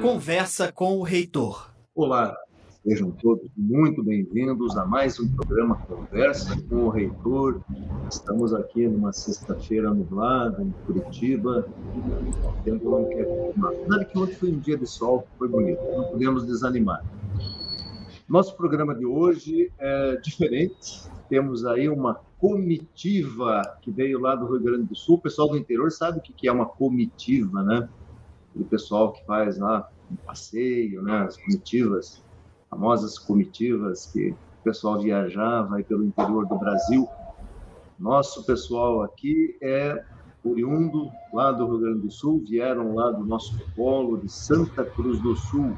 Conversa com o Reitor. Olá, sejam todos muito bem-vindos a mais um programa Conversa com o Reitor. Estamos aqui numa sexta-feira nublada, em Curitiba. O tempo não quer continuar. Nada que ontem foi um dia de sol, foi bonito, não podemos desanimar. Nosso programa de hoje é diferente. Temos aí uma comitiva que veio lá do Rio Grande do Sul. O pessoal do interior sabe o que é uma comitiva, né? O pessoal que faz lá um passeio, né? As comitivas, famosas comitivas que o pessoal viajava aí pelo interior do Brasil. Nosso pessoal aqui é oriundo lá do Rio Grande do Sul, vieram lá do nosso polo de Santa Cruz do Sul.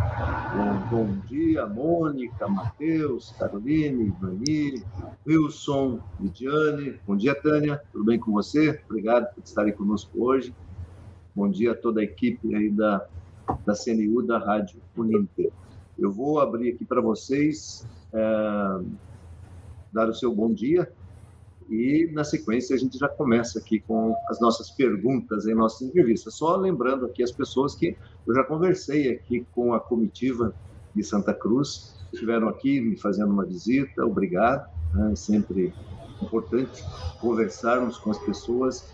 Bom dia, Mônica, Matheus, Caroline, Ivani, Wilson, Lidiane. Bom dia, Tânia. Tudo bem com você? Obrigado por estarem conosco hoje. Bom dia a toda a equipe aí da CNU, da Rádio Uninter. Eu vou abrir aqui para vocês, dar o seu bom dia e, na sequência, a gente já começa aqui com as nossas perguntas em nossa entrevista. Só lembrando aqui as pessoas que eu já conversei aqui com a comitiva de Santa Cruz, estiveram aqui me fazendo uma visita, obrigado. É sempre importante conversarmos com as pessoas,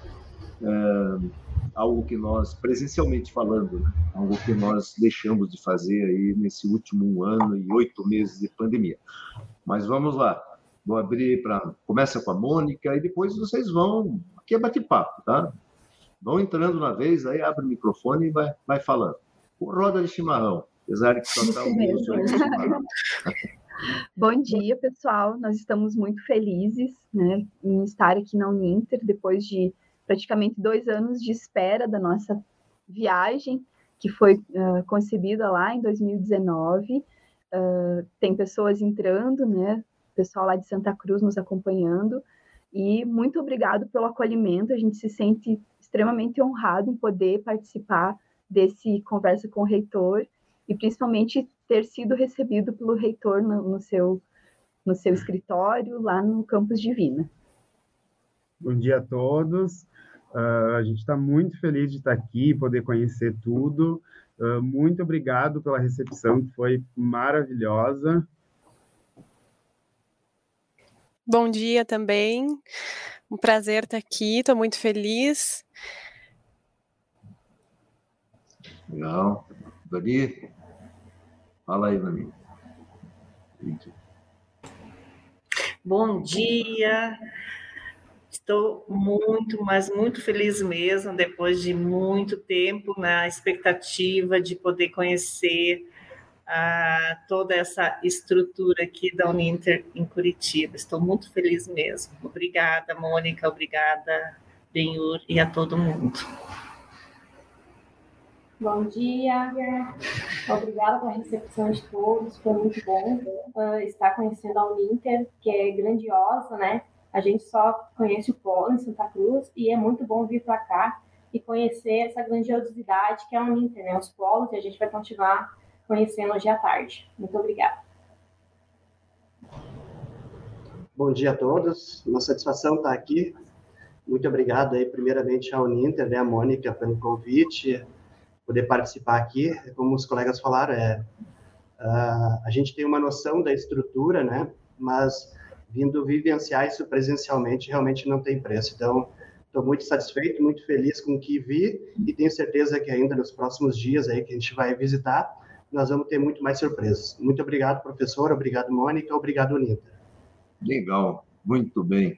algo que nós, presencialmente falando, né? Algo que nós deixamos de fazer aí nesse último ano e 8 meses de pandemia. Mas vamos lá, vou abrir começa com a Mônica e depois vocês vão, aqui é bate-papo, tá? Vão entrando na vez, aí abre o microfone e vai falando. Roda de chimarrão, apesar de que só está o som de chimarrão. Bom dia, pessoal. Nós estamos muito felizes, né, em estar aqui na Uninter, depois de praticamente 2 anos de espera da nossa viagem, que foi concebida lá em 2019. Tem pessoas entrando, né, pessoal lá de Santa Cruz nos acompanhando, e muito obrigado pelo acolhimento. A gente se sente extremamente honrado em poder participar desse Conversa com o Reitor, e principalmente ter sido recebido pelo reitor no seu escritório, lá no Campus Divina. Bom dia a todos. A gente está muito feliz de estar aqui, poder conhecer tudo. Muito obrigado pela recepção, que foi maravilhosa. Bom dia também. Um prazer estar aqui, estou muito feliz. Legal. Ivani? Fala aí, Ivani. Bom dia. Estou muito, mas muito feliz mesmo, depois de muito tempo na expectativa de poder conhecer toda essa estrutura aqui da Uninter em Curitiba. Estou muito feliz mesmo. Obrigada, Mônica, obrigada, Benhur, e a todo mundo. Bom dia, obrigada pela recepção de todos, foi muito bom estar conhecendo a Uninter, que é grandiosa, né? A gente só conhece o polo em Santa Cruz e é muito bom vir para cá e conhecer essa grandiosidade que é a Uninter, né? Os polos, e a gente vai continuar conhecendo hoje à tarde. Muito obrigada. Bom dia a todos, uma satisfação estar aqui. Muito obrigado aí, primeiramente, à Uninter, né, a Mônica, pelo convite, poder participar aqui. Como os colegas falaram, a gente tem uma noção da estrutura, né, mas vindo vivenciar isso presencialmente realmente não tem preço. Então, estou muito satisfeito, muito feliz com o que vi e tenho certeza que ainda nos próximos dias aí que a gente vai visitar, nós vamos ter muito mais surpresas. Muito obrigado, professor, obrigado, Mônica, obrigado, Uninter. Legal, muito bem.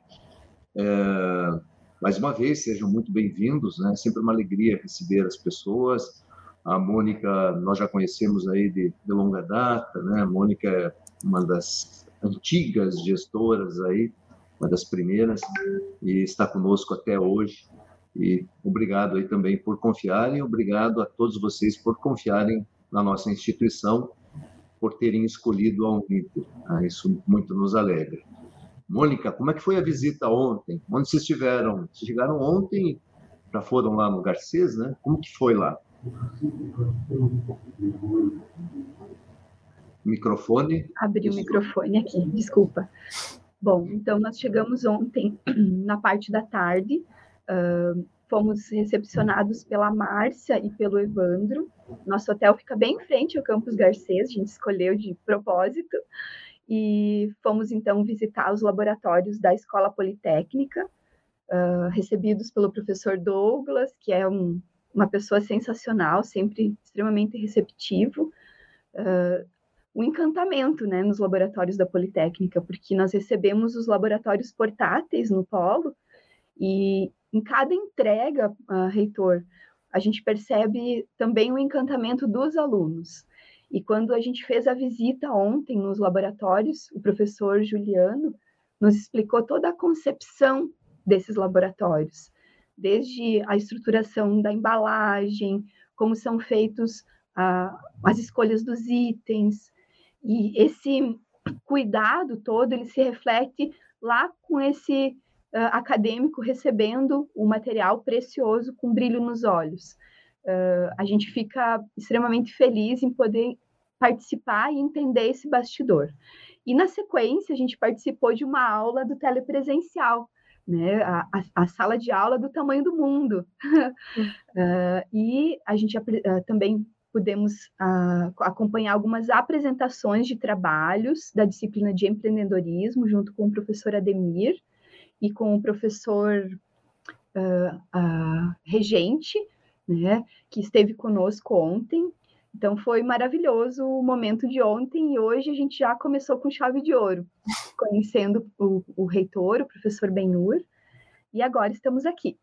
Mais uma vez, sejam muito bem-vindos, né? Sempre uma alegria receber as pessoas. A Mônica, nós já conhecemos aí de longa data, né? A Mônica é uma das antigas gestoras aí, uma das primeiras, e está conosco até hoje. E obrigado aí também por confiarem, obrigado a todos vocês por confiarem na nossa instituição, por terem escolhido a Uninter. Isso muito nos alegra. Mônica, como é que foi a visita ontem? Onde vocês estiveram? Vocês chegaram ontem, já foram lá no Garcês, né? Como que foi lá? Microfone? Abri o microfone aqui, desculpa. Bom, então nós chegamos ontem na parte da tarde, fomos recepcionados pela Márcia e pelo Evandro, Nosso hotel fica bem em frente ao Campus Garcês, a gente escolheu de propósito, e fomos então visitar os laboratórios da Escola Politécnica, recebidos pelo professor Douglas, que é uma pessoa sensacional, sempre extremamente receptivo. Um encantamento, né, nos laboratórios da Politécnica, porque nós recebemos os laboratórios portáteis no polo, e em cada entrega, reitor, a gente percebe também o encantamento dos alunos. E quando a gente fez a visita ontem nos laboratórios, o professor Juliano nos explicou toda a concepção desses laboratórios, desde a estruturação da embalagem, como são feitos as escolhas dos itens, e esse cuidado todo, ele se reflete lá com esse acadêmico recebendo o material precioso com brilho nos olhos. A gente fica extremamente feliz em poder participar e entender esse bastidor. E, na sequência, a gente participou de uma aula do telepresencial, né? A sala de aula do tamanho do mundo. E a gente também pudemos acompanhar algumas apresentações de trabalhos da disciplina de empreendedorismo, junto com o professor Ademir e com o professor Regente, né, que esteve conosco ontem. Então, foi maravilhoso o momento de ontem, e hoje a gente já começou com chave de ouro, conhecendo o reitor, o professor Benhur, e agora estamos aqui.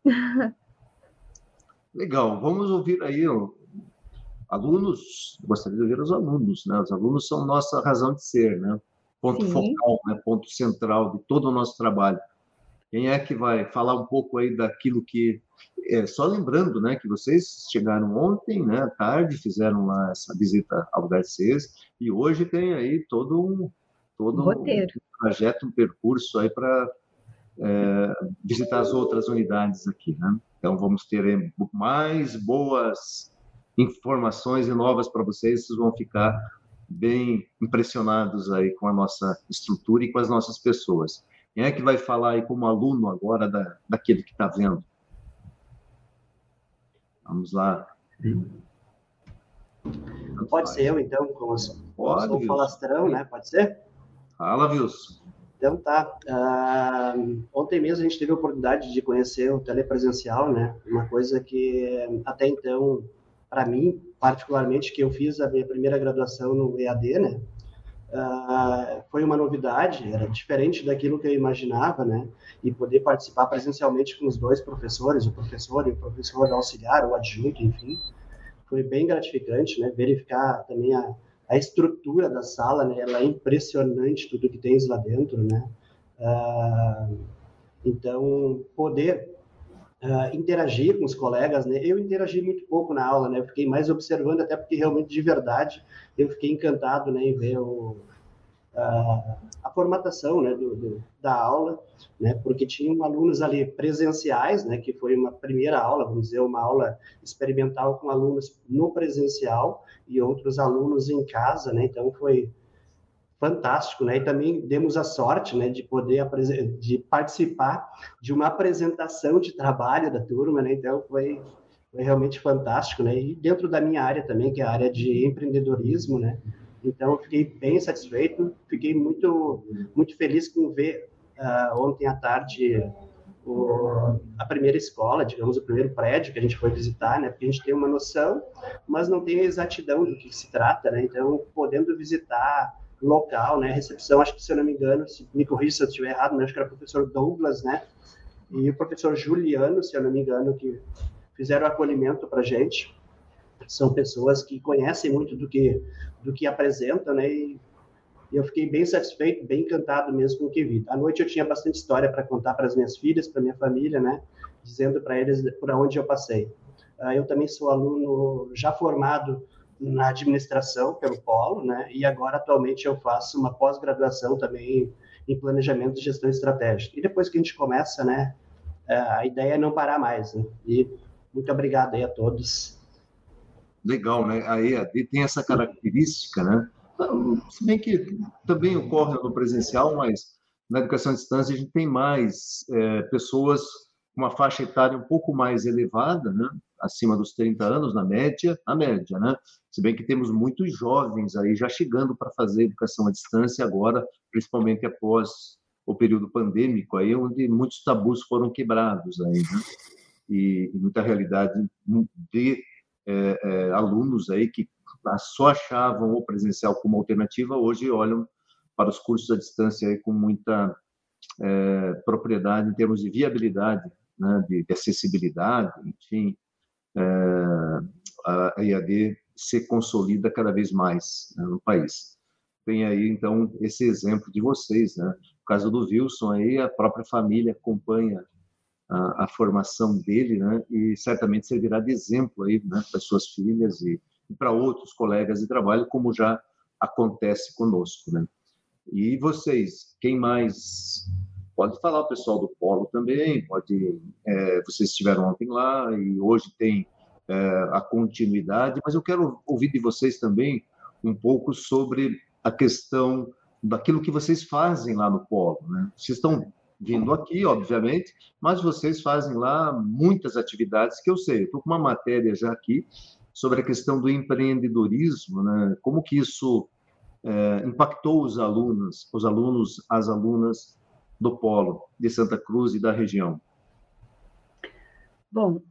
Legal, vamos ouvir aí alunos, gostaria de ouvir os alunos, né? Os alunos são nossa razão de ser, né? Ponto focal, né? Ponto central de todo o nosso trabalho. Quem é que vai falar um pouco aí daquilo que... só lembrando, né, que vocês chegaram ontem, né, à tarde, fizeram lá essa visita ao Garcês, e hoje tem aí todo um trajeto, um percurso aí para visitar as outras unidades aqui, né? Então, vamos ter mais boas informações e novas para vocês, vocês vão ficar bem impressionados aí com a nossa estrutura e com as nossas pessoas. Quem é que vai falar aí como aluno agora daquele que está vendo? Vamos lá. Pode ser eu, então, como sou Wilson. falastrão, né? Pode ser? Fala, Wilson. Então, tá. Ontem mesmo a gente teve a oportunidade de conhecer o telepresencial, né? Uma coisa que, até então, para mim, particularmente, que eu fiz a minha primeira graduação no EAD, né? Foi uma novidade, era diferente daquilo que eu imaginava, né? E poder participar presencialmente com os dois professores, o professor e o professor auxiliar, ou adjunto, enfim, foi bem gratificante, né? Verificar também a estrutura da sala, né? Ela é impressionante, tudo que tem lá dentro, né? Então, poder interagir com os colegas, né? Eu interagi muito pouco na aula, né? Eu fiquei mais observando, até porque realmente, de verdade, eu fiquei encantado, né, em ver a formatação, né, da aula, né? Porque tinham alunos ali presenciais, né? Que foi uma primeira aula, vamos dizer, uma aula experimental com alunos no presencial e outros alunos em casa, né? Então foi fantástico, né? E também demos a sorte, né, de poder participar de uma apresentação de trabalho da turma, né? Então foi realmente fantástico, né? E dentro da minha área também, que é a área de empreendedorismo, né? Então eu fiquei bem satisfeito, fiquei muito feliz com ver ontem à tarde a primeira escola, digamos, o primeiro prédio que a gente foi visitar, né? Porque a gente tem uma noção, mas não tem a exatidão do que se trata, né? Então, podendo visitar local, né, recepção, acho que, se eu não me engano, me corrija se eu estiver errado, mas acho que era o professor Douglas, né, e o professor Juliano, se eu não me engano, que fizeram acolhimento para a gente. São pessoas que conhecem muito do que apresentam, né, e eu fiquei bem satisfeito, bem encantado mesmo com o que vi. À noite eu tinha bastante história para contar para as minhas filhas, para minha família, né, dizendo para eles por onde eu passei. Eu também sou aluno já formado na administração pelo Polo, né? E agora, atualmente, eu faço uma pós-graduação também em planejamento e gestão estratégica. E depois que a gente começa, né? A ideia é não parar mais, né? E muito obrigado aí a todos. Legal, né? A EAD tem essa característica, né? Se bem que também ocorre no presencial, mas na educação à distância a gente tem mais pessoas uma faixa etária um pouco mais elevada, né? Acima dos 30 anos, na média, né? Se bem que temos muitos jovens aí já chegando para fazer educação à distância agora, principalmente após o período pandêmico, aí onde muitos tabus foram quebrados aí, né? E muita realidade de alunos aí que só achavam o presencial como alternativa, hoje olham para os cursos à distância aí com muita propriedade em termos de viabilidade, né, de acessibilidade, enfim, a EAD se consolida cada vez mais, né, no país. Tem aí, então, esse exemplo de vocês, né? No caso do Wilson, aí a própria família acompanha a formação dele, né? E certamente servirá de exemplo aí, né, para suas filhas e para outros colegas de trabalho, como já acontece conosco, né? E vocês, quem mais? Pode falar o pessoal do Polo também, vocês estiveram ontem lá e hoje tem a continuidade, mas eu quero ouvir de vocês também um pouco sobre a questão daquilo que vocês fazem lá no Polo, né? Vocês estão vindo aqui, obviamente, mas vocês fazem lá muitas atividades que eu sei. Eu estou com uma matéria já aqui sobre a questão do empreendedorismo, né? Como que isso impactou os alunos, as alunas do Polo de Santa Cruz e da região? Bom,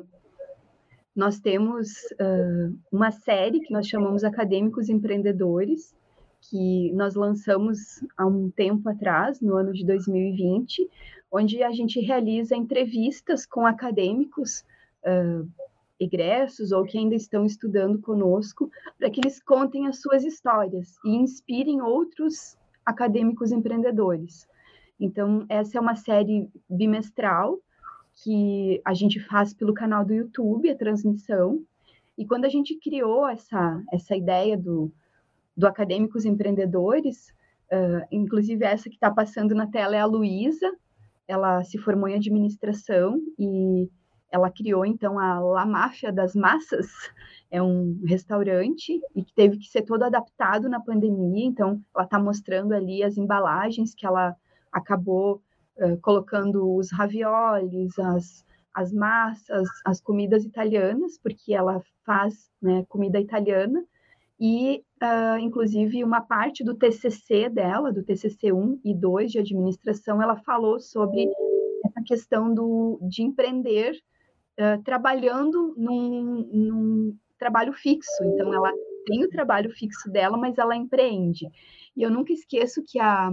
nós temos uma série que nós chamamos Acadêmicos Empreendedores, que nós lançamos há um tempo atrás, no ano de 2020, onde a gente realiza entrevistas com acadêmicos egressos ou que ainda estão estudando conosco, para que eles contem as suas histórias e inspirem outros acadêmicos empreendedores. Então, essa é uma série bimestral que a gente faz pelo canal do YouTube, a transmissão. E quando a gente criou essa ideia do Acadêmicos Empreendedores, inclusive essa que está passando na tela é a Luísa, ela se formou em administração e ela criou, então, a La Máfia das Massas, é um restaurante e que teve que ser todo adaptado na pandemia, então ela está mostrando ali as embalagens que ela acabou colocando os raviolis, as massas, as comidas italianas, porque ela faz, né, comida italiana, e, inclusive, uma parte do TCC dela, do TCC 1 e 2 de administração, ela falou sobre essa questão de empreender trabalhando num trabalho fixo. Então, ela tem o trabalho fixo dela, mas ela empreende. E eu nunca esqueço que a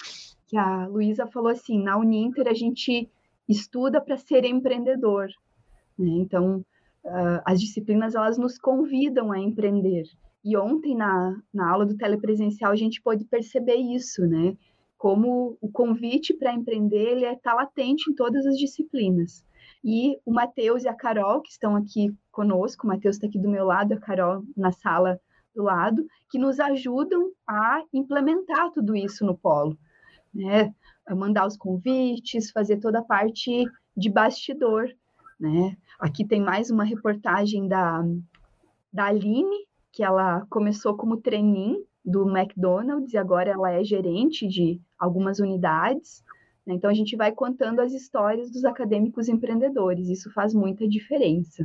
Luísa falou assim, na Uninter a gente estuda para ser empreendedor, né? Então, as disciplinas, elas nos convidam a empreender. E ontem, na aula do telepresencial, a gente pôde perceber isso, né? Como o convite para empreender, ele está latente em todas as disciplinas. E o Matheus e a Carol, que estão aqui conosco, o Matheus está aqui do meu lado, a Carol na sala do lado, que nos ajudam a implementar tudo isso no Polo, né? A mandar os convites, fazer toda a parte de bastidor, né? Aqui tem mais uma reportagem da Aline, que ela começou como trainee do McDonald's e agora ela é gerente de algumas unidades. Então, a gente vai contando as histórias dos acadêmicos empreendedores. Isso faz muita diferença.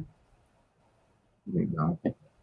Legal.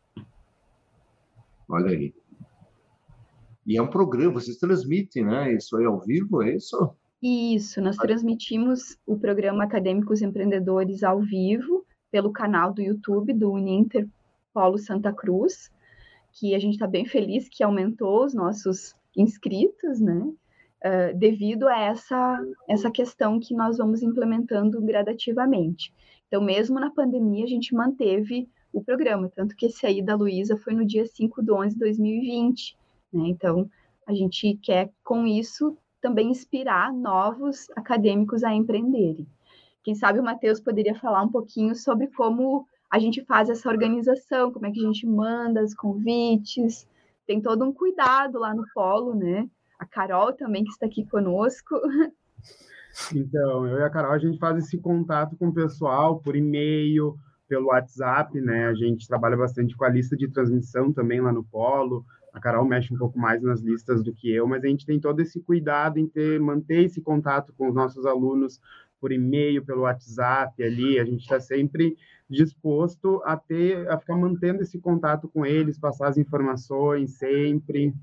Olha aí. E é um programa, vocês transmitem, né? Isso aí ao vivo, é isso? Isso, nós transmitimos o programa Acadêmicos Empreendedores ao vivo pelo canal do YouTube do Uninter Polo Santa Cruz, que a gente está bem feliz que aumentou os nossos inscritos, né? Devido a essa questão que nós vamos implementando gradativamente. Então, mesmo na pandemia, a gente manteve o programa, tanto que esse aí da Luísa foi no dia 5/11/2020, né? Então, a gente quer, com isso, também inspirar novos acadêmicos a empreenderem. Quem sabe o Matheus poderia falar um pouquinho sobre como a gente faz essa organização, como é que a gente manda os convites, tem todo um cuidado lá no Polo, né? A Carol também, que está aqui conosco. Então, eu e a Carol, a gente faz esse contato com o pessoal por e-mail, pelo WhatsApp, né? A gente trabalha bastante com a lista de transmissão também lá no Polo. A Carol mexe um pouco mais nas listas do que eu, mas a gente tem todo esse cuidado em manter esse contato com os nossos alunos por e-mail, pelo WhatsApp ali, a gente está sempre disposto a ficar mantendo esse contato com eles, passar as informações sempre.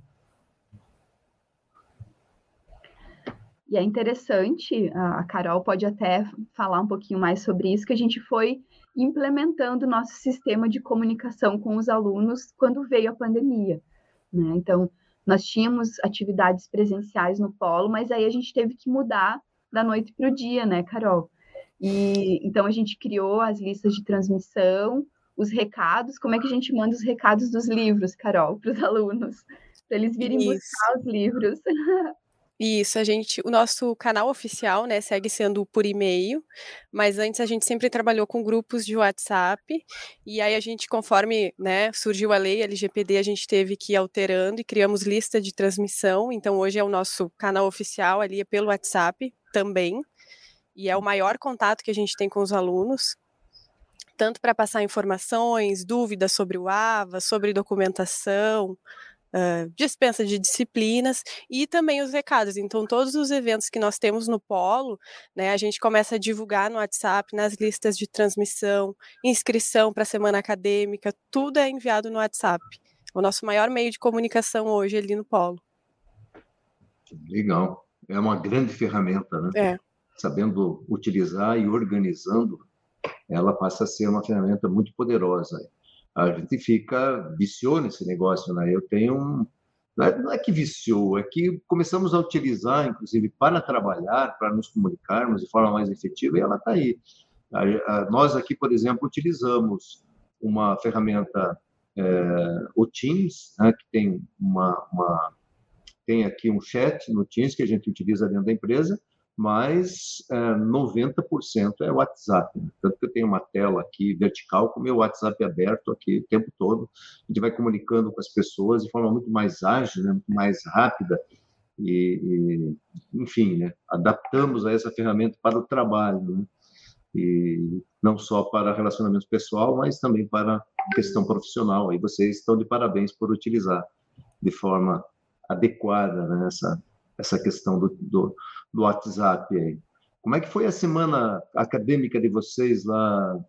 E é interessante, a Carol pode até falar um pouquinho mais sobre isso, que a gente foi implementando o nosso sistema de comunicação com os alunos quando veio a pandemia, né? Então, nós tínhamos atividades presenciais no polo, mas aí a gente teve que mudar da noite para o dia, né, Carol? E então a gente criou as listas de transmissão, os recados. Como é que a gente manda os recados dos livros, Carol, para os alunos? Para eles virem buscar os livros. Isso, o nosso canal oficial, né, segue sendo por e-mail, mas antes a gente sempre trabalhou com grupos de WhatsApp, e aí a gente, conforme, né, surgiu a lei LGPD, a gente teve que ir alterando e criamos lista de transmissão, então hoje é o nosso canal oficial ali, é pelo WhatsApp também, e é o maior contato que a gente tem com os alunos, tanto para passar informações, dúvidas sobre o AVA, sobre documentação, dispensa de disciplinas e também os recados. Então, todos os eventos que nós temos no polo, né, a gente começa a divulgar no WhatsApp, nas listas de transmissão, inscrição para a semana acadêmica, tudo é enviado no WhatsApp. O nosso maior meio de comunicação hoje ali no polo. Legal. É uma grande ferramenta, né? Sabendo utilizar e organizando, ela passa a ser uma ferramenta muito poderosa. A gente viciou nesse negócio, né? Eu tenho não é que viciou, é que começamos a utilizar, inclusive, para trabalhar, para nos comunicarmos de forma mais efetiva, e ela está aí. Nós aqui, por exemplo, utilizamos uma ferramenta, o Teams, né, que tem tem aqui um chat no Teams que a gente utiliza dentro da empresa, mas 90% é WhatsApp. Né? Tanto que eu tenho uma tela aqui vertical com o meu WhatsApp aberto aqui o tempo todo. A gente vai comunicando com as pessoas de forma muito mais ágil, né? Muito mais rápida. Enfim, né? Adaptamos a essa ferramenta para o trabalho. Né? E não só para relacionamento pessoal, mas também para questão profissional. Aí vocês estão de parabéns por utilizar de forma adequada, né? Essa questão do WhatsApp aí. Como é que foi a semana acadêmica de vocês lá?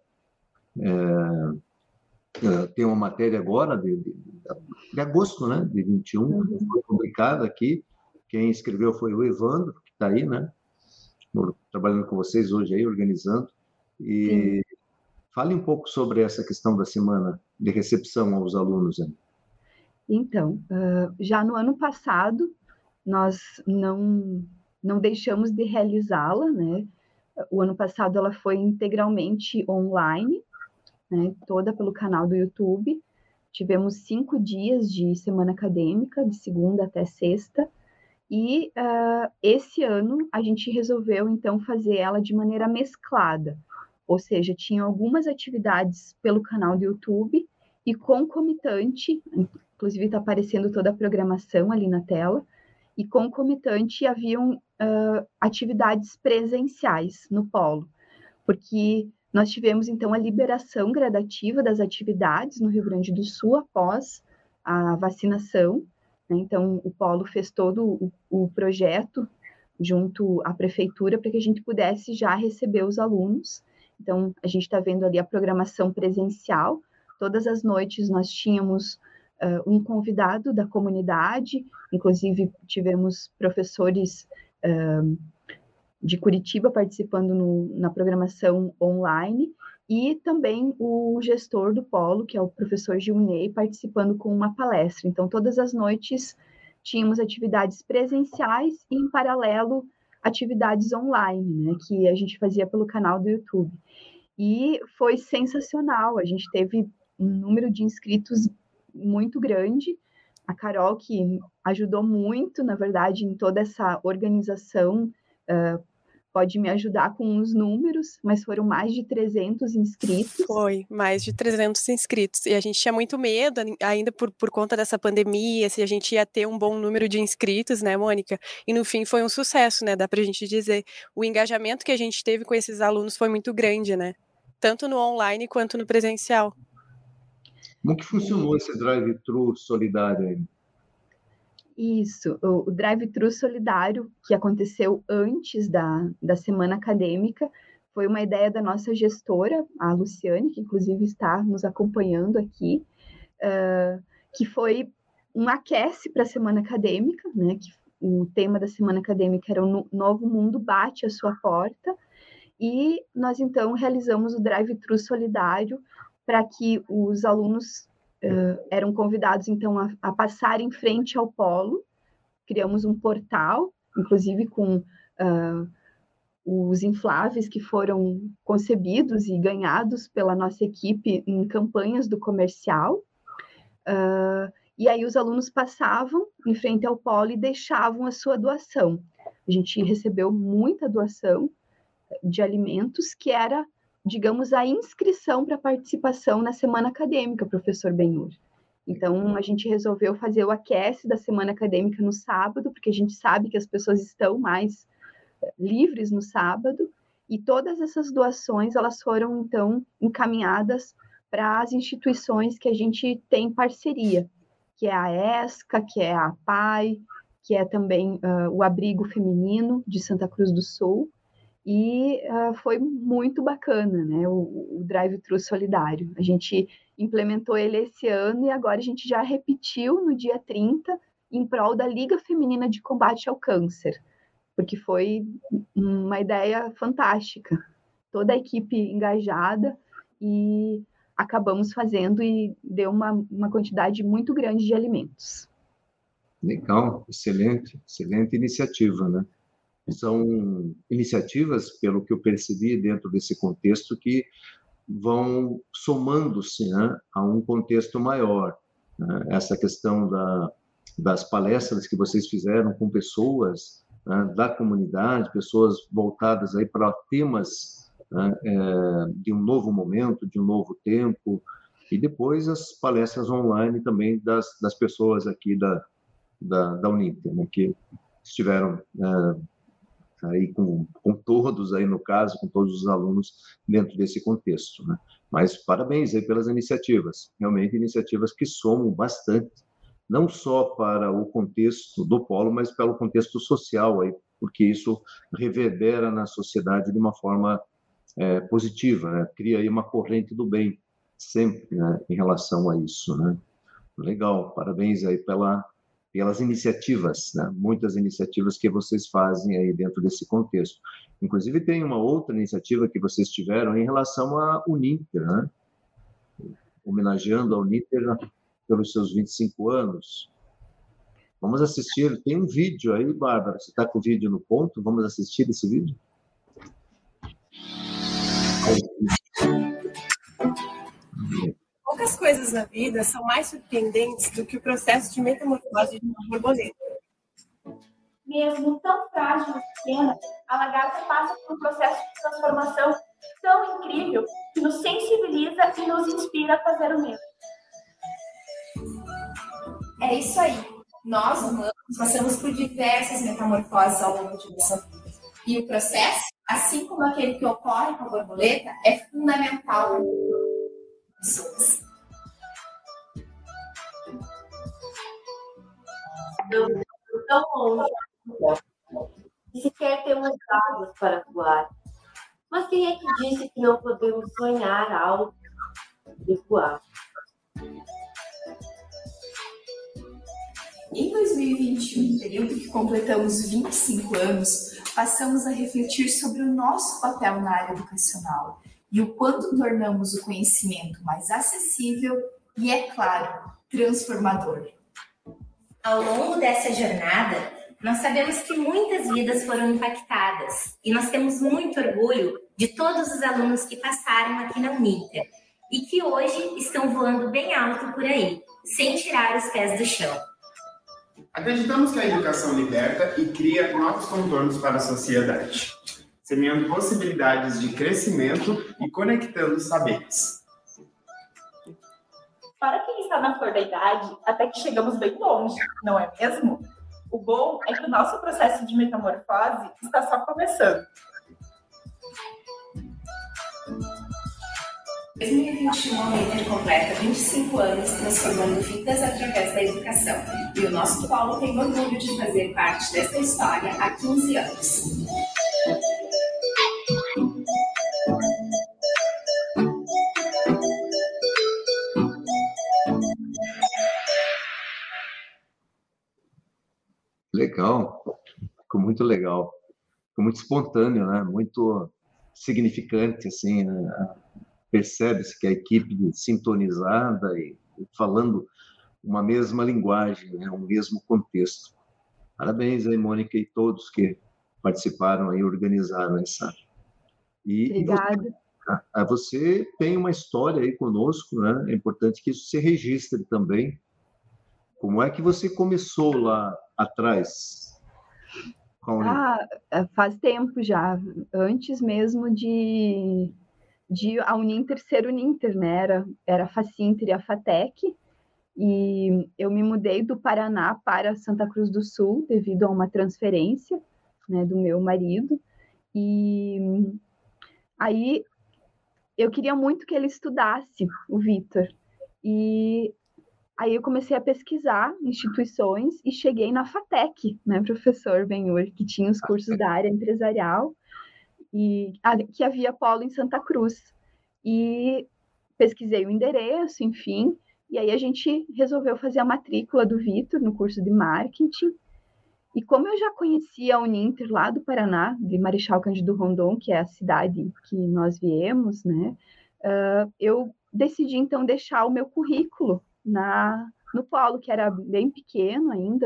Tem uma matéria agora de agosto, né? De 21, foi publicada aqui. Quem escreveu foi o Evandro, que está aí, né? Trabalhando com vocês hoje aí, organizando. E fale um pouco sobre essa questão da semana de recepção aos alunos aí. Então, já no ano passado, nós não deixamos de realizá-la, né? O ano passado ela foi integralmente online, né? Toda pelo canal do YouTube. Tivemos 5 dias de semana acadêmica, de segunda até sexta, e esse ano a gente resolveu, então, fazer ela de maneira mesclada, ou seja, tinha algumas atividades pelo canal do YouTube e concomitante, inclusive está aparecendo toda a programação ali na tela, e concomitante haviam atividades presenciais no polo, porque nós tivemos, então, a liberação gradativa das atividades no Rio Grande do Sul após a vacinação, né? Então, o polo fez todo o projeto junto à prefeitura para que a gente pudesse já receber os alunos. Então, a gente está vendo ali a programação presencial. Todas as noites nós tínhamos um convidado da comunidade, inclusive tivemos professores de Curitiba participando na programação online, e também o gestor do polo, que é o professor Gilney, participando com uma palestra. Então, todas as noites tínhamos atividades presenciais e, em paralelo, atividades online, né, que a gente fazia pelo canal do YouTube. E foi sensacional, a gente teve um número de inscritos muito grande. A Carol, que ajudou muito, na verdade, em toda essa organização, pode me ajudar com os números, mas foram mais de 300 inscritos. Foi, mais de 300 inscritos. E a gente tinha muito medo, ainda por conta dessa pandemia, se a gente ia ter um bom número de inscritos, né, Mônica? E no fim foi um sucesso, né? Dá pra gente dizer. O engajamento que a gente teve com esses alunos foi muito grande, né? Tanto no online quanto no presencial. Como que funcionou esse drive-thru solidário aí? Isso, o drive-thru solidário, que aconteceu antes da semana acadêmica, foi uma ideia da nossa gestora, a Luciane, que inclusive está nos acompanhando aqui, que foi um aquece para a semana acadêmica, né? Que o tema da semana acadêmica era o Novo Mundo Bate à Sua Porta, e nós então realizamos o drive-thru solidário para que os alunos eram convidados então a passar em frente ao polo. Criamos um portal, inclusive com os infláveis que foram concebidos e ganhados pela nossa equipe em campanhas do comercial. E aí os alunos passavam em frente ao polo e deixavam a sua doação. A gente recebeu muita doação de alimentos, que era, digamos, a inscrição para participação na semana acadêmica, professor Benhur. Então, a gente resolveu fazer o aquece da semana acadêmica no sábado, porque a gente sabe que as pessoas estão mais livres no sábado, e todas essas doações, elas foram, então, encaminhadas para as instituições que a gente tem parceria, que é a ESCA, que é a PAI, que é também o Abrigo Feminino de Santa Cruz do Sul, e foi muito bacana, né, o drive-thru solidário. A gente implementou ele esse ano e agora a gente já repetiu no dia 30 em prol da Liga Feminina de Combate ao Câncer, porque foi uma ideia fantástica. Toda a equipe engajada e acabamos fazendo e deu uma quantidade muito grande de alimentos. Legal, excelente iniciativa, né? São iniciativas, pelo que eu percebi dentro desse contexto, que vão somando-se, né, a um contexto maior. Né? Essa questão das palestras que vocês fizeram com pessoas, né, da comunidade, pessoas voltadas aí para temas, né, de um novo momento, de um novo tempo, e depois as palestras online também das pessoas aqui da Uninter, né, que estiveram aí com todos, aí no caso, com todos os alunos dentro desse contexto, né? Mas parabéns aí pelas iniciativas, realmente iniciativas que somam bastante, não só para o contexto do polo, mas pelo contexto social, aí, porque isso reverbera na sociedade de uma forma positiva, né? Cria aí uma corrente do bem, sempre, né, em relação a isso, né? Legal, parabéns aí pelas iniciativas, né? Muitas iniciativas que vocês fazem aí dentro desse contexto. Inclusive, tem uma outra iniciativa que vocês tiveram em relação à Uninter, né? Homenageando a Uninter pelos seus 25 anos. Vamos assistir, tem um vídeo aí, Bárbara, você está com o vídeo no ponto? Vamos assistir esse vídeo? Poucas coisas na vida são mais surpreendentes do que o processo de metamorfose de uma borboleta. Mesmo tão frágil e pequena, a lagarta passa por um processo de transformação tão incrível que nos sensibiliza e nos inspira a fazer o mesmo. É isso aí. Nós, humanos, passamos por diversas metamorfoses ao longo de nossa vida. E o processo, assim como aquele que ocorre com a borboleta, é fundamental para pessoas. Tão longe. E sequer temos asas para voar. Mas quem é que disse que não podemos sonhar alto e voar? Em 2021, período que completamos 25 anos, passamos a refletir sobre o nosso papel na área educacional e o quanto tornamos o conhecimento mais acessível e, é claro, transformador. Ao longo dessa jornada, nós sabemos que muitas vidas foram impactadas e nós temos muito orgulho de todos os alunos que passaram aqui na Uninter e que hoje estão voando bem alto por aí, sem tirar os pés do chão. Acreditamos que a educação liberta e cria novos contornos para a sociedade, semeando possibilidades de crescimento e conectando saberes. Para quem está na flor da idade, até que chegamos bem longe, não é mesmo? O bom é que o nosso processo de metamorfose está só começando. 2021, a Uninter completa 25 anos transformando vidas através da educação. E o nosso polo tem orgulho de fazer parte desta história há 15 anos. Legal, ficou muito legal, ficou muito espontâneo, né? Muito significante, assim, né? Percebe-se que a equipe sintonizada e falando uma mesma linguagem, né? Um mesmo contexto. Parabéns aí, Mônica, e todos que participaram e organizaram essa. Obrigada. Você tem uma história aí conosco, né? É importante que isso se registre também. Como é que você começou lá atrás? Faz tempo já, antes mesmo de a Uninter ser Uninter, né? Era a Facinter e a Fatec, e eu me mudei do Paraná para Santa Cruz do Sul devido a uma transferência, né, do meu marido, e aí eu queria muito que ele estudasse, o Vitor, e aí eu comecei a pesquisar instituições e cheguei na Fatec, né, professor Benhur, que tinha os cursos da área empresarial, e que havia polo em Santa Cruz. E pesquisei o endereço, enfim, e aí a gente resolveu fazer a matrícula do Vitor no curso de marketing. E como eu já conhecia a Uninter lá do Paraná, de Marechal Cândido Rondon, que é a cidade que nós viemos, né, eu decidi então deixar o meu currículo no polo, que era bem pequeno ainda,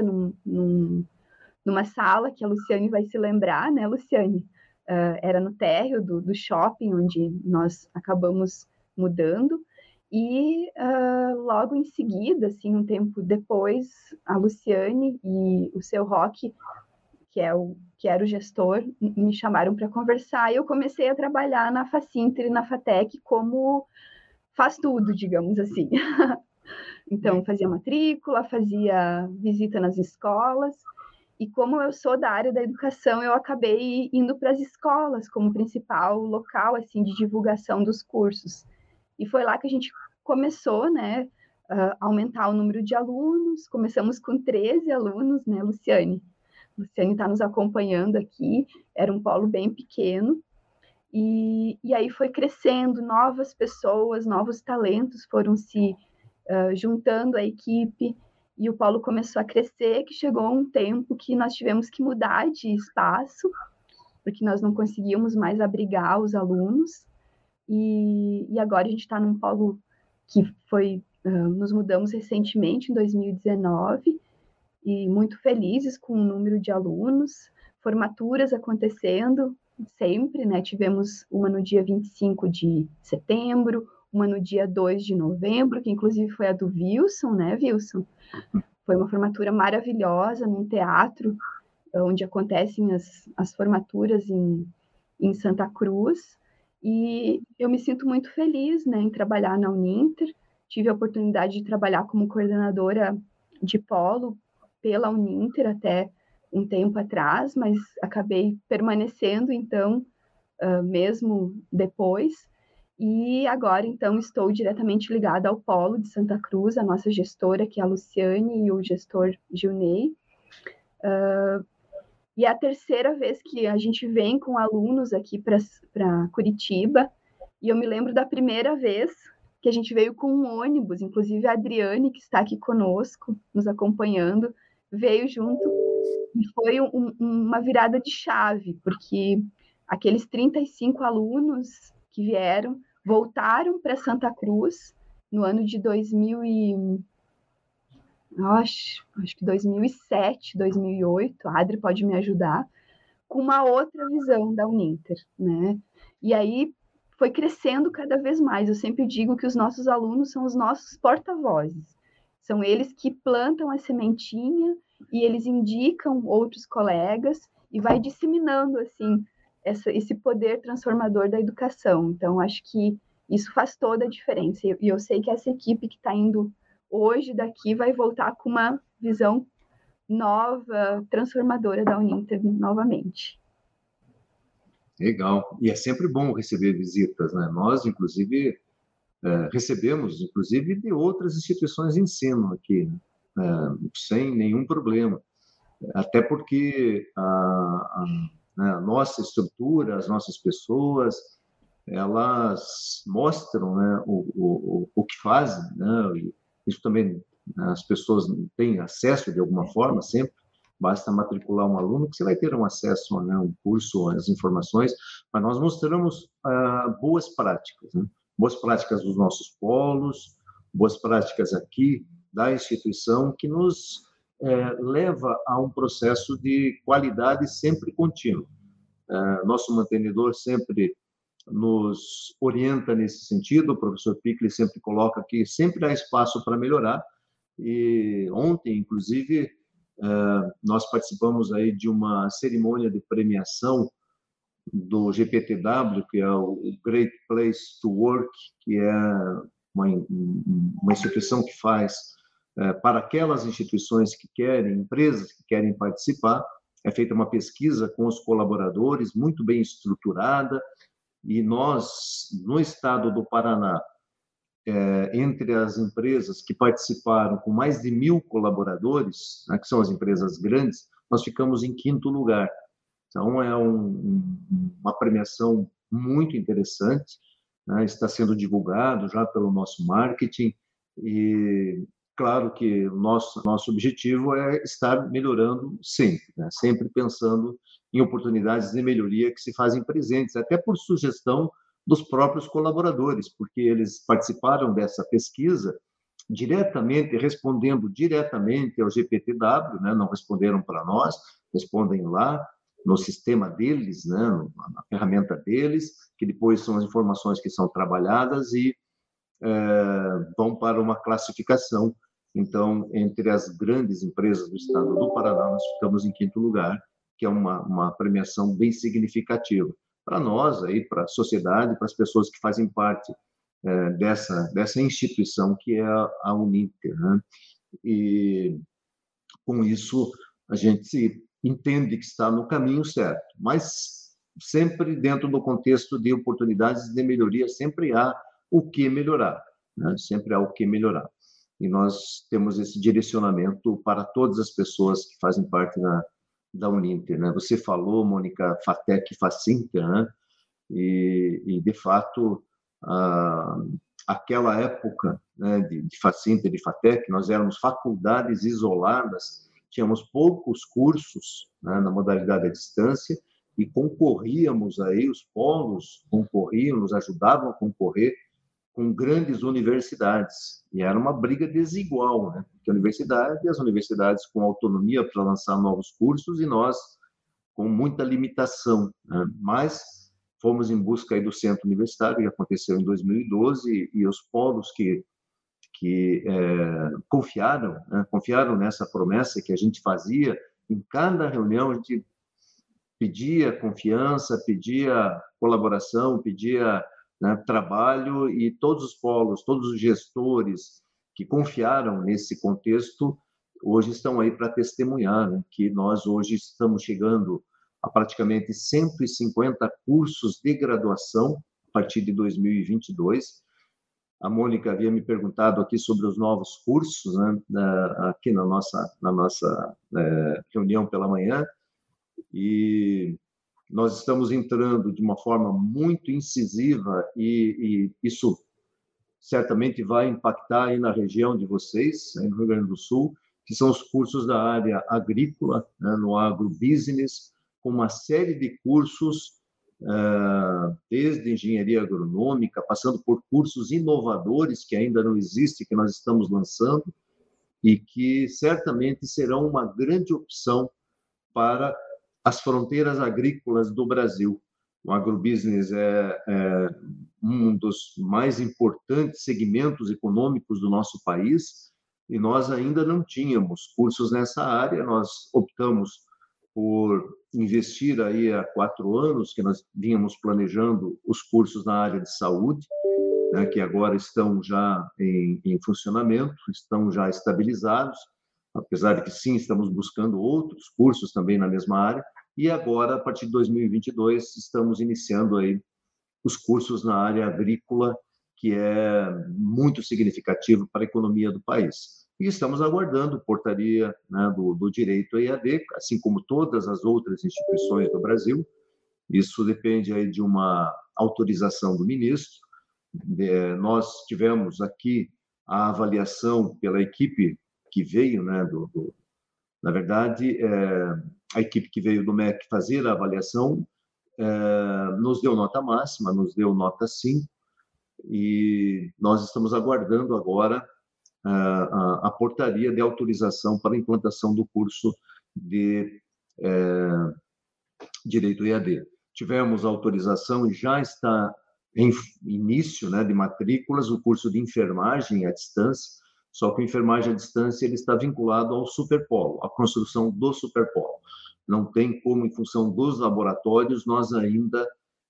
numa sala que a Luciane vai se lembrar, né, Luciane? Era no térreo do shopping, onde nós acabamos mudando, e logo em seguida, assim, um tempo depois, a Luciane e o seu Roque, que era o gestor, me chamaram para conversar, e eu comecei a trabalhar na Facinter e na Fatec como faz tudo, digamos assim. Então, fazia matrícula, fazia visita nas escolas, e como eu sou da área da educação, eu acabei indo para as escolas como principal local assim de divulgação dos cursos. E foi lá que a gente começou, né, a aumentar o número de alunos. Começamos com 13 alunos, né, Luciane? Luciane está nos acompanhando aqui. Era um polo bem pequeno. E aí foi crescendo, novas pessoas, novos talentos foram se juntando à equipe. E o polo começou a crescer, que chegou um tempo que nós tivemos que mudar de espaço, porque nós não conseguíamos mais abrigar os alunos. E agora a gente está num polo que nos mudamos recentemente, em 2019, e muito felizes com o número de alunos, formaturas acontecendo sempre, né? Tivemos uma no dia 25 de setembro, uma no dia 2 de novembro, que inclusive foi a do Wilson, né, Wilson? Foi uma formatura maravilhosa num teatro, onde acontecem as formaturas em Santa Cruz, e eu me sinto muito feliz, né, em trabalhar na Uninter. Tive a oportunidade de trabalhar como coordenadora de polo pela Uninter até um tempo atrás, mas acabei permanecendo, então, mesmo depois. E agora, então, estou diretamente ligada ao polo de Santa Cruz, a nossa gestora, que é a Luciane, e o gestor Gilney. E é a terceira vez que a gente vem com alunos aqui para Curitiba, e eu me lembro da primeira vez que a gente veio com um ônibus, inclusive a Adriane, que está aqui conosco, nos acompanhando, veio junto, e foi uma virada de chave, porque aqueles 35 alunos que vieram, voltaram para Santa Cruz no ano de acho que 2007, 2008, a Adri pode me ajudar, com uma outra visão da Uninter, né? E aí foi crescendo cada vez mais. Eu sempre digo que os nossos alunos são os nossos porta-vozes. São eles que plantam a sementinha e eles indicam outros colegas e vai disseminando, assim, esse poder transformador da educação. Então, acho que isso faz toda a diferença. E eu sei que essa equipe que está indo hoje daqui vai voltar com uma visão nova, transformadora da Uninter novamente. Legal. E é sempre bom receber visitas, né? Nós, inclusive, recebemos, inclusive, de outras instituições de ensino aqui, sem nenhum problema. Até porque a nossa estrutura, as nossas pessoas, elas mostram, né, o que fazem, né? Isso também as pessoas têm acesso de alguma forma, sempre. Basta matricular um aluno que você vai ter um acesso, né, um curso, às informações, mas nós mostramos boas práticas, né? Boas práticas dos nossos polos, boas práticas aqui da instituição, que nos leva a um processo de qualidade sempre contínuo. Nosso mantenedor sempre nos orienta nesse sentido, o professor Piccoli sempre coloca que sempre há espaço para melhorar, e ontem, inclusive, nós participamos aí de uma cerimônia de premiação do GPTW, que é o Great Place to Work, que é uma instituição que faz para aquelas instituições que querem, empresas que querem participar. É feita uma pesquisa com os colaboradores, muito bem estruturada, e nós, no estado do Paraná, entre as empresas que participaram com mais de 1.000 colaboradores, né, que são as empresas grandes, nós ficamos em 5º lugar. Então, é uma premiação muito interessante, né, está sendo divulgado já pelo nosso marketing, e claro que o nosso objetivo é estar melhorando sempre, né, sempre pensando em oportunidades de melhoria que se fazem presentes, até por sugestão dos próprios colaboradores, porque eles participaram dessa pesquisa diretamente, respondendo diretamente ao GPTW, né? Não responderam para nós, respondem lá no sistema deles, né? Na ferramenta deles, que depois são as informações que são trabalhadas e vão para uma classificação. Então, entre as grandes empresas do estado do Paraná, nós ficamos em 5º lugar, que é uma premiação bem significativa para nós, para a sociedade, para as pessoas que fazem parte dessa instituição que é a Uninter, né? E, com isso, a gente entende que está no caminho certo, mas sempre dentro do contexto de oportunidades de melhoria, sempre há o que melhorar, né? Sempre há o que melhorar. E nós temos esse direcionamento para todas as pessoas que fazem parte da Uninter, né? Você falou, Mônica, FATEC e FACINTER, né? E de fato, aquela época, né, de FACINTER e de FATEC, nós éramos faculdades isoladas, tínhamos poucos cursos, né, na modalidade à distância, e concorríamos aí, os polos concorriam, nos ajudavam a concorrer com grandes universidades, e era uma briga desigual, né? Porque as universidades com autonomia para lançar novos cursos e nós com muita limitação, né? Mas fomos em busca aí do centro universitário, que aconteceu em 2012, e os polos que confiaram, né? Confiaram nessa promessa que a gente fazia. Em cada reunião a gente pedia confiança, pedia colaboração, pedia, né, trabalho, e todos os polos, todos os gestores que confiaram nesse contexto, hoje estão aí para testemunhar, né, que nós hoje estamos chegando a praticamente 150 cursos de graduação a partir de 2022. A Mônica havia me perguntado aqui sobre os novos cursos, né, aqui na nossa reunião pela manhã, e nós estamos entrando de uma forma muito incisiva, e isso certamente vai impactar aí na região de vocês, aí no Rio Grande do Sul, que são os cursos da área agrícola, né, no agrobusiness, com uma série de cursos, desde engenharia agronômica, passando por cursos inovadores que ainda não existem, que nós estamos lançando, e que certamente serão uma grande opção para as fronteiras agrícolas do Brasil. O agrobusiness é um dos mais importantes segmentos econômicos do nosso país, e nós ainda não tínhamos cursos nessa área. Nós optamos por investir aí há 4 anos, que nós vínhamos planejando os cursos na área de saúde, né, que agora estão já em funcionamento, estão já estabilizados, apesar de que sim, estamos buscando outros cursos também na mesma área, e agora, a partir de 2022, estamos iniciando aí os cursos na área agrícola, que é muito significativo para a economia do país. E estamos aguardando portaria, né, do direito EAD, assim como todas as outras instituições do Brasil. Isso depende aí de uma autorização do ministro. Nós tivemos aqui a avaliação pela equipe que veio, né, na verdade, a equipe que veio do MEC fazer a avaliação nos deu nota máxima, nos deu nota 5, e nós estamos aguardando agora a portaria de autorização para a implantação do curso de Direito EAD. Tivemos autorização e já está em início, né, de matrículas o curso de enfermagem à distância, só que a enfermagem à distância ele está vinculado ao superpolo, à construção do superpolo. Não tem como, em função dos laboratórios, nós ainda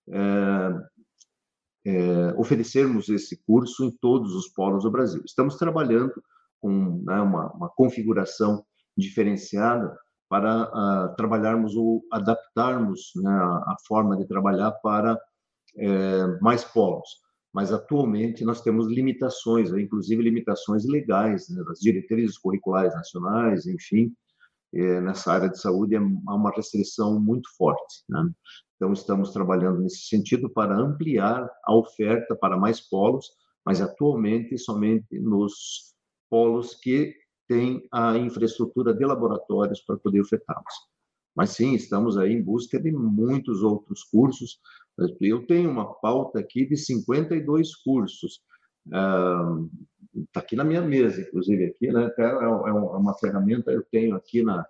oferecermos esse curso em todos os polos do Brasil. Estamos trabalhando com, né, uma configuração diferenciada para trabalharmos ou adaptarmos, né, a forma de trabalhar para mais polos. Mas, atualmente, nós temos limitações, inclusive limitações legais, né, das diretrizes curriculares nacionais, enfim, nessa área de saúde há uma restrição muito forte, né? Então, estamos trabalhando nesse sentido para ampliar a oferta para mais polos, mas, atualmente, somente nos polos que têm a infraestrutura de laboratórios para poder ofertá-los. Mas, sim, estamos aí em busca de muitos outros cursos. Eu tenho uma pauta aqui de 52 cursos. Está aqui na minha mesa, inclusive, aqui, né? É uma ferramenta, eu tenho aqui na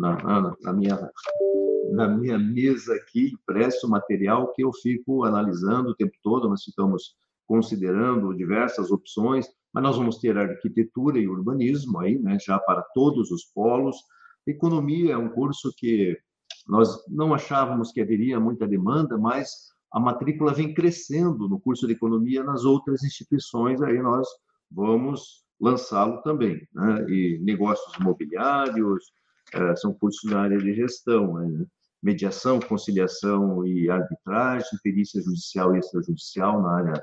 minha mesa aqui, impresso material que eu fico analisando o tempo todo. Nós ficamos considerando diversas opções, mas nós vamos ter arquitetura e urbanismo aí, né, já para todos os polos. Economia é um curso que nós não achávamos que haveria muita demanda, mas a matrícula vem crescendo no curso de economia nas outras instituições, aí nós vamos lançá-lo também, né? E negócios imobiliários, são cursos na área de gestão, né? Mediação, conciliação e arbitragem, perícia judicial e extrajudicial na área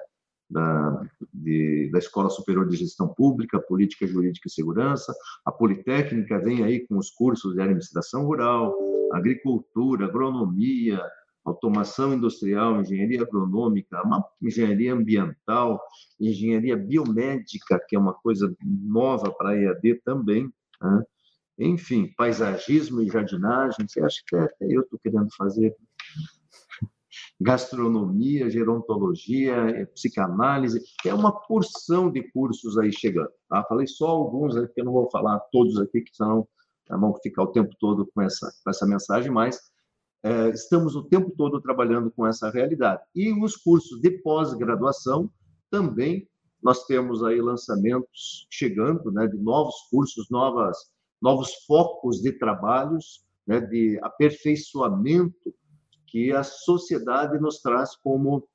da Escola Superior de Gestão Pública, Política Jurídica e Segurança. A Politécnica vem aí com os cursos de administração rural, agricultura, agronomia, automação industrial, engenharia agronômica, engenharia ambiental, engenharia biomédica, que é uma coisa nova para a EAD também, né? Enfim, paisagismo e jardinagem, você acha que até eu estou querendo fazer gastronomia, gerontologia, psicanálise, é uma porção de cursos aí chegando, tá? Falei só alguns aí, porque eu não vou falar todos aqui, que senão vamos ficar o tempo todo com essa mensagem, mas estamos o tempo todo trabalhando com essa realidade. E os cursos de pós-graduação também, nós temos aí lançamentos chegando, né, de novos cursos, novos focos de trabalhos, né, de aperfeiçoamento que a sociedade nos traz como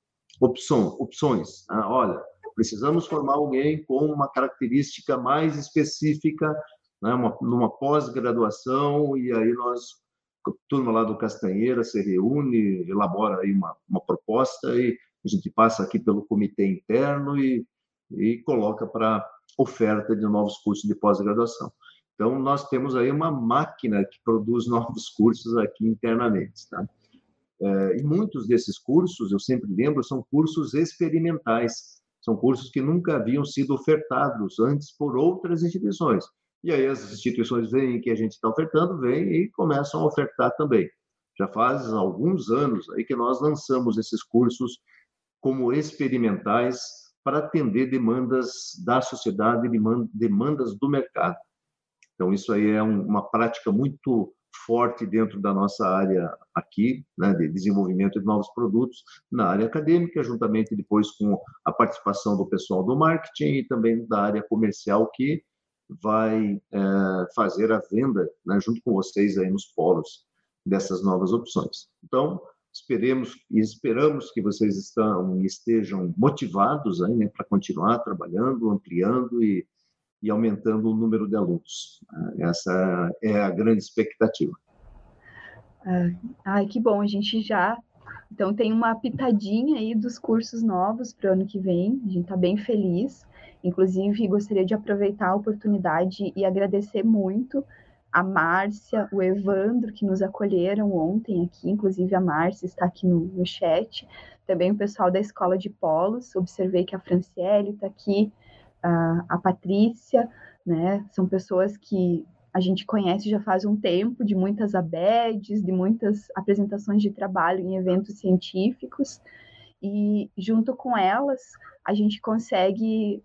opções. Olha, precisamos formar alguém com uma característica mais específica, né, numa pós-graduação, e aí nós, a turma lá do Castanheira se reúne, elabora aí uma proposta, e a gente passa aqui pelo comitê interno e coloca para oferta de novos cursos de pós-graduação. Então, nós temos aí uma máquina que produz novos cursos aqui internamente, tá? E muitos desses cursos, eu sempre lembro, são cursos experimentais, são cursos que nunca haviam sido ofertados antes por outras instituições. E aí as instituições veem que a gente está ofertando, vêm e começam a ofertar também. Já faz alguns anos aí que nós lançamos esses cursos como experimentais para atender demandas da sociedade, demandas do mercado. Então, isso aí é uma prática muito forte dentro da nossa área aqui, né, de desenvolvimento de novos produtos na área acadêmica, juntamente depois com a participação do pessoal do marketing e também da área comercial, que vai fazer a venda, né, junto com vocês aí nos polos dessas novas opções. Então, esperamos que vocês estejam motivados aí, né, para continuar trabalhando, ampliando e aumentando o número de alunos. Essa é a grande expectativa. Ai, que bom, a gente já Então, tem uma pitadinha aí dos cursos novos para o ano que vem, a gente está bem feliz. Inclusive, gostaria de aproveitar a oportunidade e agradecer muito a Márcia, o Evandro, que nos acolheram ontem aqui, inclusive a Márcia está aqui no chat, também o pessoal da Escola de Polos, observei que a Franciele está aqui, a Patrícia, né, são pessoas que a gente conhece já faz um tempo, de muitas ABEDs, de muitas apresentações de trabalho em eventos científicos, e junto com elas, a gente consegue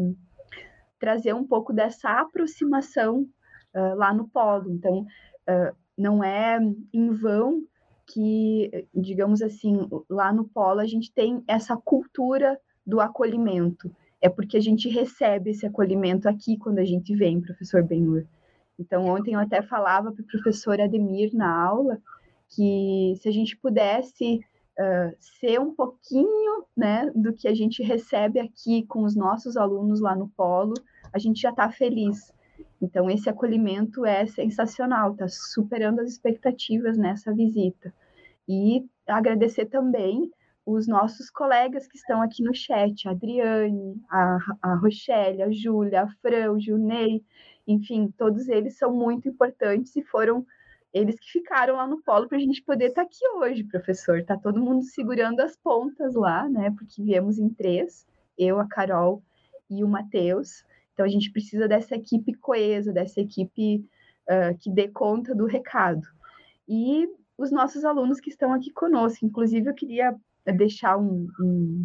trazer um pouco dessa aproximação lá no polo. Então, não é em vão que, digamos assim, lá no polo a gente tem essa cultura do acolhimento. É porque a gente recebe esse acolhimento aqui quando a gente vem, professor Benhur. Então, ontem eu até falava para o professor Ademir na aula que se a gente pudesse ser um pouquinho, né, do que a gente recebe aqui com os nossos alunos lá no polo, a gente já está feliz. Então, esse acolhimento é sensacional, está superando as expectativas nessa visita. E agradecer também os nossos colegas que estão aqui no chat, a Adriane, a Rochelle, a Júlia, a Fran, o Junei, enfim, todos eles são muito importantes e foram eles que ficaram lá no polo para a gente poder estar aqui hoje, professor. Está todo mundo segurando as pontas lá, né? Porque viemos em 3, eu, a Carol e o Matheus. Então, a gente precisa dessa equipe coesa, dessa equipe que dê conta do recado. E os nossos alunos que estão aqui conosco. Inclusive, eu queria deixar um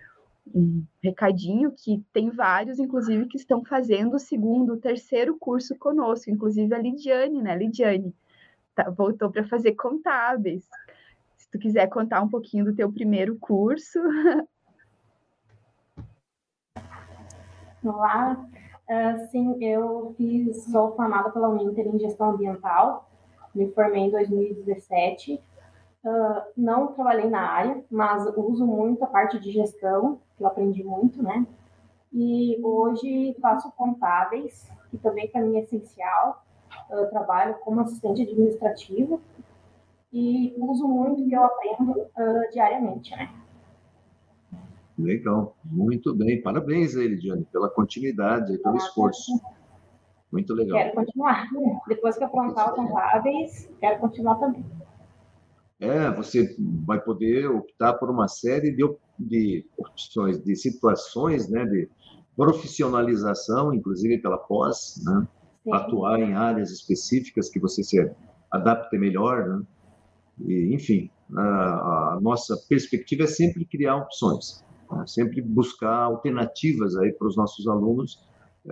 recadinho que tem vários, inclusive, que estão fazendo o 2º, o 3º curso conosco. Inclusive, a Lidiane, né? Lidiane voltou para fazer contábeis. Se tu quiser contar um pouquinho do teu primeiro curso. Olá, sim, eu sou formada pela Uninter em Gestão Ambiental, me formei em 2017, não trabalhei na área, mas uso muito a parte de gestão, que eu aprendi muito, né? E hoje faço contábeis, que também para mim é essencial, trabalho como assistente administrativo e uso muito o que eu aprendo diariamente, né? Legal, muito bem. Parabéns aí, Lidiane, pela continuidade, pelo esforço. Muito legal. Quero continuar. Depois que eu aprontar o contábeis, quero continuar também. Você vai poder optar por uma série de opções, de situações, né, de profissionalização, inclusive pela pós, né, atuar em áreas específicas que você se adapte melhor, né? E, enfim, a nossa perspectiva é sempre criar opções, né? Sempre buscar alternativas aí para os nossos alunos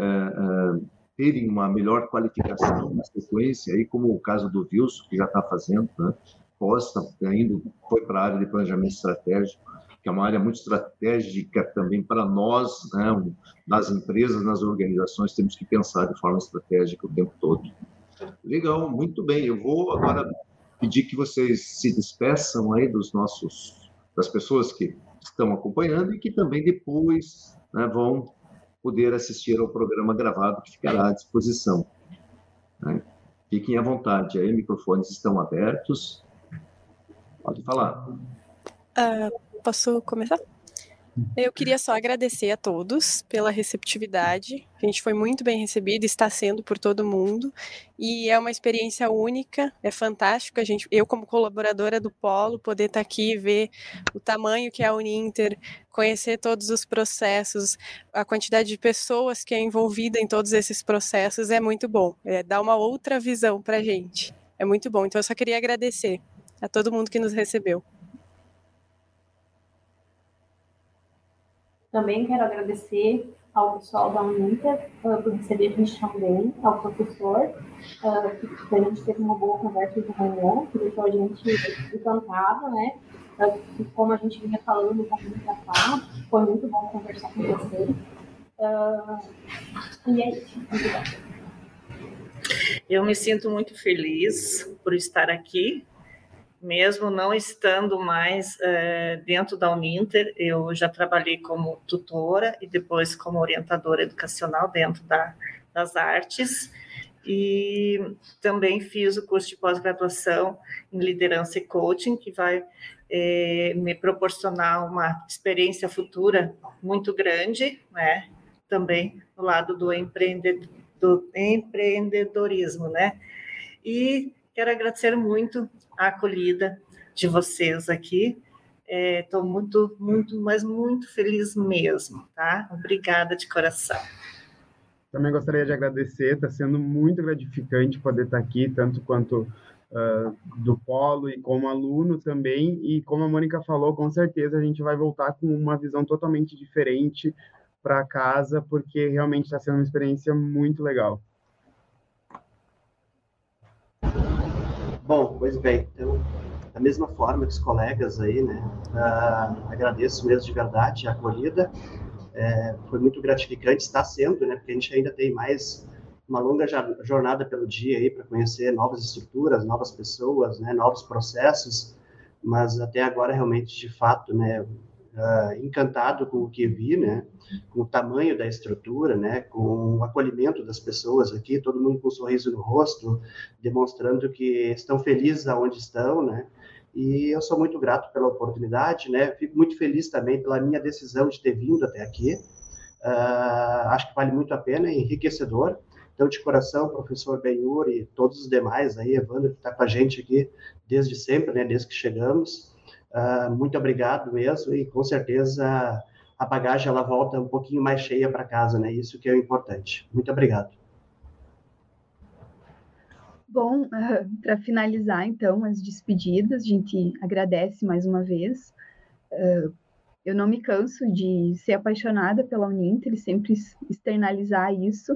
terem uma melhor qualificação na sequência, aí como o caso do Wilson, que já está fazendo, né? Costa, foi para a área de planejamento estratégico, que é uma área muito estratégica também para nós, né? Nas empresas, nas organizações, temos que pensar de forma estratégica o tempo todo. Legal, muito bem. Eu vou agora pedir que vocês se despeçam aí das pessoas que estão acompanhando e que também depois, né, vão poder assistir ao programa gravado que ficará à disposição, né? Fiquem à vontade, aí microfones estão abertos. Pode falar. Posso começar? Eu queria só agradecer a todos pela receptividade. A gente foi muito bem recebido, está sendo por todo mundo. E é uma experiência única, é fantástico. Eu, como colaboradora do Polo, poder estar aqui e ver o tamanho que é a Uninter, conhecer todos os processos, a quantidade de pessoas que é envolvida em todos esses processos é muito bom. Dá uma outra visão para a gente. É muito bom. Então, eu só queria agradecer a todo mundo que nos recebeu. Também quero agradecer ao pessoal da Uninter por receber a gente também, ao professor, que a gente teve uma boa conversa de manhã, que deixou a gente encantada, né? Como a gente vinha falando um pouquinho pra cá, foi muito bom conversar com você. E é isso. Obrigada. Eu me sinto muito feliz por estar aqui. Mesmo não estando mais dentro da Uninter, eu já trabalhei como tutora e depois como orientadora educacional dentro das artes e também fiz o curso de pós-graduação em liderança e coaching, que vai me proporcionar uma experiência futura muito grande, né? Também do lado do empreendedorismo, né? E quero agradecer muito a acolhida de vocês aqui. Estou muito, muito, mas muito feliz mesmo, tá? Obrigada de coração. Também gostaria de agradecer, está sendo muito gratificante poder estar aqui, tanto quanto do Polo e como aluno também, e como a Mônica falou, com certeza a gente vai voltar com uma visão totalmente diferente para casa, porque realmente está sendo uma experiência muito legal. Bom, pois bem, então, da mesma forma que os colegas aí, né, agradeço mesmo de verdade a acolhida, foi muito gratificante, está sendo, né, porque a gente ainda tem mais uma longa jornada pelo dia aí para conhecer novas estruturas, novas pessoas, né, novos processos, mas até agora realmente, de fato, né, encantado com o que vi, né, com o tamanho da estrutura, né, com o acolhimento das pessoas aqui, todo mundo com um sorriso no rosto, demonstrando que estão felizes aonde estão, né, e eu sou muito grato pela oportunidade, né, fico muito feliz também pela minha decisão de ter vindo até aqui, acho que vale muito a pena, é enriquecedor. Então, de coração, professor Benhur e todos os demais aí, Evandro, que está com a gente aqui desde sempre, né, desde que chegamos, muito obrigado mesmo, e com certeza a bagagem ela volta um pouquinho mais cheia para casa, né, isso que é o importante. Muito obrigado. Bom, para finalizar, então, as despedidas, a gente agradece mais uma vez. Eu não me canso de ser apaixonada pela Uninter e sempre externalizar isso.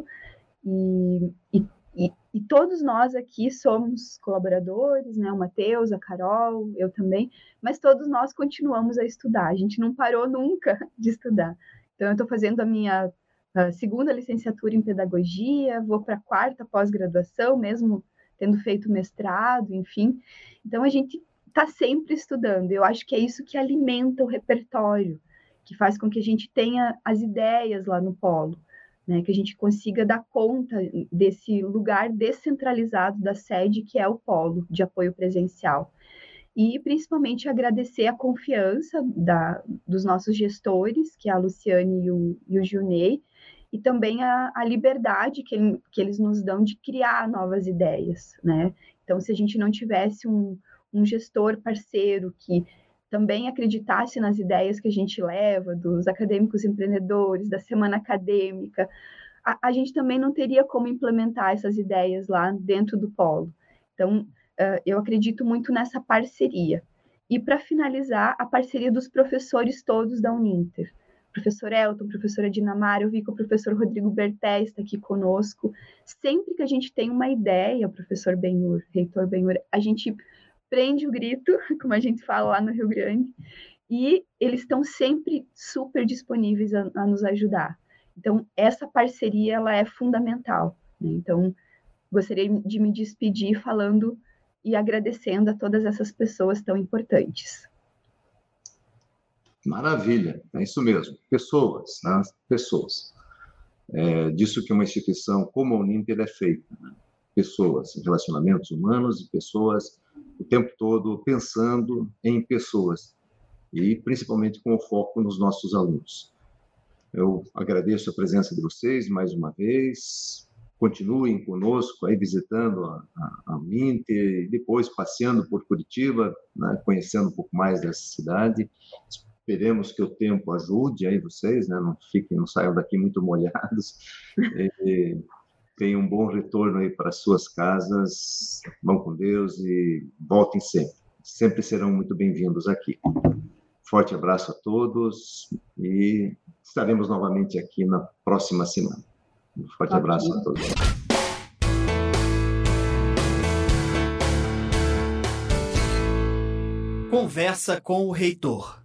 E todos nós aqui somos colaboradores, né? O Matheus, a Carol, eu também, mas todos nós continuamos a estudar, a gente não parou nunca de estudar. Então, eu estou fazendo a minha segunda licenciatura em pedagogia, vou para a 4ª pós-graduação, mesmo tendo feito mestrado, enfim. Então, a gente está sempre estudando, eu acho que é isso que alimenta o repertório, que faz com que a gente tenha as ideias lá no polo. Né, que a gente consiga dar conta desse lugar descentralizado da sede, que é o polo de apoio presencial. E, principalmente, agradecer a confiança dos nossos gestores, que é a Luciane e o Gilney, e também a liberdade que eles nos dão de criar novas ideias. Né? Então, se a gente não tivesse um gestor parceiro que também acreditasse nas ideias que a gente leva, dos acadêmicos empreendedores, da semana acadêmica, a gente também não teria como implementar essas ideias lá dentro do polo. Então, eu acredito muito nessa parceria. E, para finalizar, a parceria dos professores todos da Uninter. Professor Elton, professora Dinamara, eu vi que o professor Rodrigo Berté está aqui conosco. Sempre que a gente tem uma ideia, professor Benhur, reitor Benhur, a gente prende o grito, como a gente fala lá no Rio Grande, e eles estão sempre super disponíveis a nos ajudar. Então, essa parceria ela é fundamental. Né? Então, gostaria de me despedir falando e agradecendo a todas essas pessoas tão importantes. Maravilha, é isso mesmo. Pessoas, né? Pessoas. Disso que uma instituição como a Uninter é feita. Né? Pessoas, relacionamentos humanos e pessoas o tempo todo pensando em pessoas e principalmente com o foco nos nossos alunos. Eu agradeço a presença de vocês mais uma vez, continuem conosco aí visitando a Uninter e depois passeando por Curitiba, né, conhecendo um pouco mais dessa cidade. Esperemos que o tempo ajude aí vocês, né, não saiam daqui muito molhados. Tenham um bom retorno aí para suas casas, vão com Deus e voltem sempre. Sempre serão muito bem-vindos aqui. Forte abraço a todos e estaremos novamente aqui na próxima semana. Um forte abraço a todos. Conversa com o reitor.